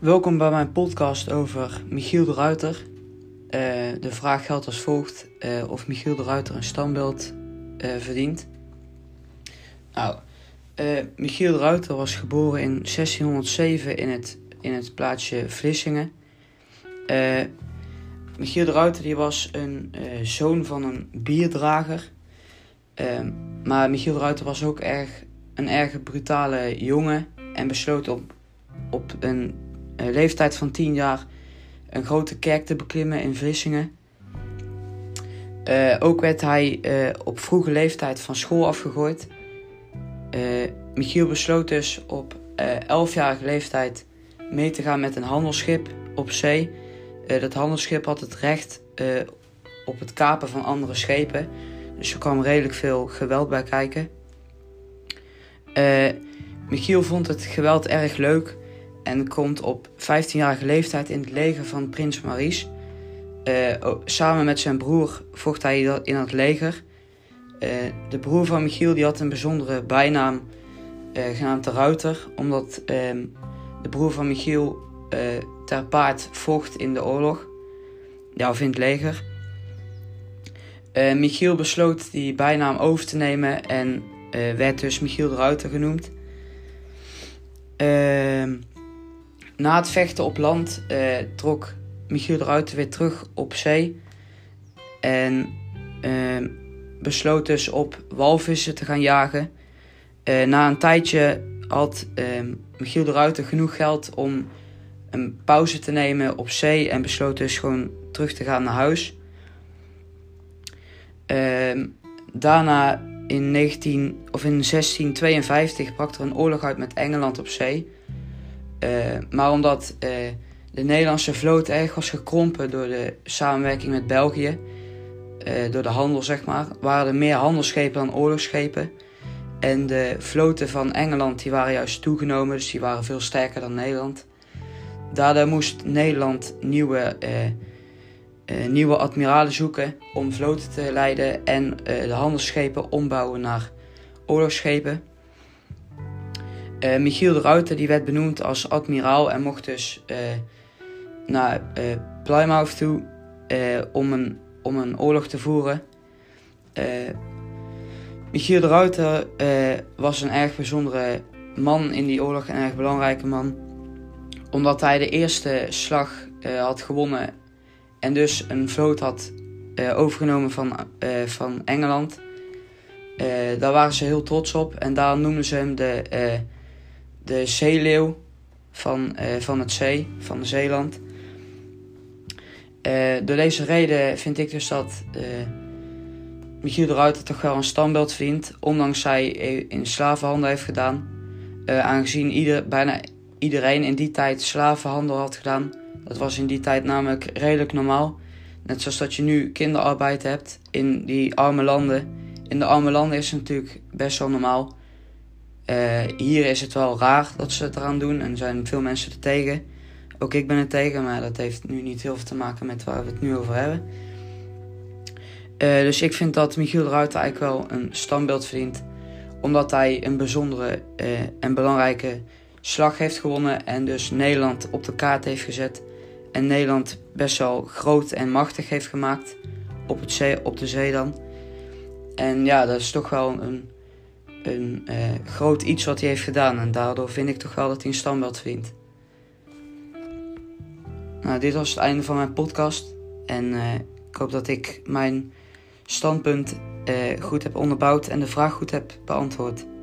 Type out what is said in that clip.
Welkom bij mijn podcast over Michiel de Ruiter. De vraag geldt als volgt: of Michiel de Ruiter een standbeeld verdient. Michiel de Ruiter was geboren in 1607 in het plaatsje Vlissingen. Michiel de Ruiter die was een zoon van een bierdrager. Maar Michiel de Ruiter was ook een erg brutale jongen en besloot op een leeftijd van 10 jaar een grote kerk te beklimmen in Vlissingen. Ook werd hij op vroege leeftijd van school afgegooid. Michiel besloot dus op 11-jarige leeftijd mee te gaan met een handelsschip op zee. Dat handelsschip had het recht op het kapen van andere schepen. Dus er kwam redelijk veel geweld bij kijken. Michiel vond het geweld erg leuk en komt op 15-jarige leeftijd in het leger van prins Maurice. Samen met zijn broer vocht hij in het leger. De broer van Michiel die had een bijzondere bijnaam genaamd de Ruiter, omdat de broer van Michiel ter paard vocht in de oorlog, of in het leger. Michiel besloot die bijnaam over te nemen en werd dus Michiel de Ruiter genoemd. Na het vechten op land trok Michiel de Ruiter weer terug op zee en besloot dus op walvissen te gaan jagen. Na een tijdje had Michiel de Ruiter genoeg geld om een pauze te nemen op zee en besloot dus gewoon terug te gaan naar huis. Daarna in 1652 brak er een oorlog uit met Engeland op zee. Maar omdat de Nederlandse vloot erg was gekrompen door de samenwerking met België, door de handel zeg maar, waren er meer handelsschepen dan oorlogsschepen. En de vloten van Engeland die waren juist toegenomen, dus die waren veel sterker dan Nederland. Daardoor moest Nederland nieuwe admiralen zoeken om vloten te leiden en de handelsschepen ombouwen naar oorlogsschepen. Michiel de Ruiter die werd benoemd als admiraal en mocht dus naar Plymouth toe om een oorlog te voeren. Michiel de Ruiter was een erg bijzondere man in die oorlog, een erg belangrijke man, omdat hij de eerste slag had gewonnen en dus een vloot had overgenomen van Engeland. Daar waren ze heel trots op en daarom noemden ze hem de zeeleeuw van Zeeland. Door deze reden vind ik dus dat Michiel de Ruiter toch wel een standbeeld verdient, ondanks hij in slavenhandel heeft gedaan. Aangezien bijna iedereen in die tijd slavenhandel had gedaan. Dat was in die tijd namelijk redelijk normaal. Net zoals dat je nu kinderarbeid hebt in die arme landen. In de arme landen is het natuurlijk best wel normaal. Hier is het wel raar dat ze het eraan doen en er zijn veel mensen er tegen. Ook ik ben er tegen, maar dat heeft nu niet heel veel te maken met waar we het nu over hebben. Dus ik vind dat Michiel de Ruiter eigenlijk wel een standbeeld verdient, omdat hij een bijzondere en belangrijke slag heeft gewonnen en dus Nederland op de kaart heeft gezet en Nederland best wel groot en machtig heeft gemaakt op de zee dan. En ja, dat is toch wel een groot iets wat hij heeft gedaan en daardoor vind ik toch wel dat hij een standbeeld verdient. Nou, dit was het einde van mijn podcast en ik hoop dat ik mijn standpunt goed heb onderbouwd en de vraag goed heb beantwoord.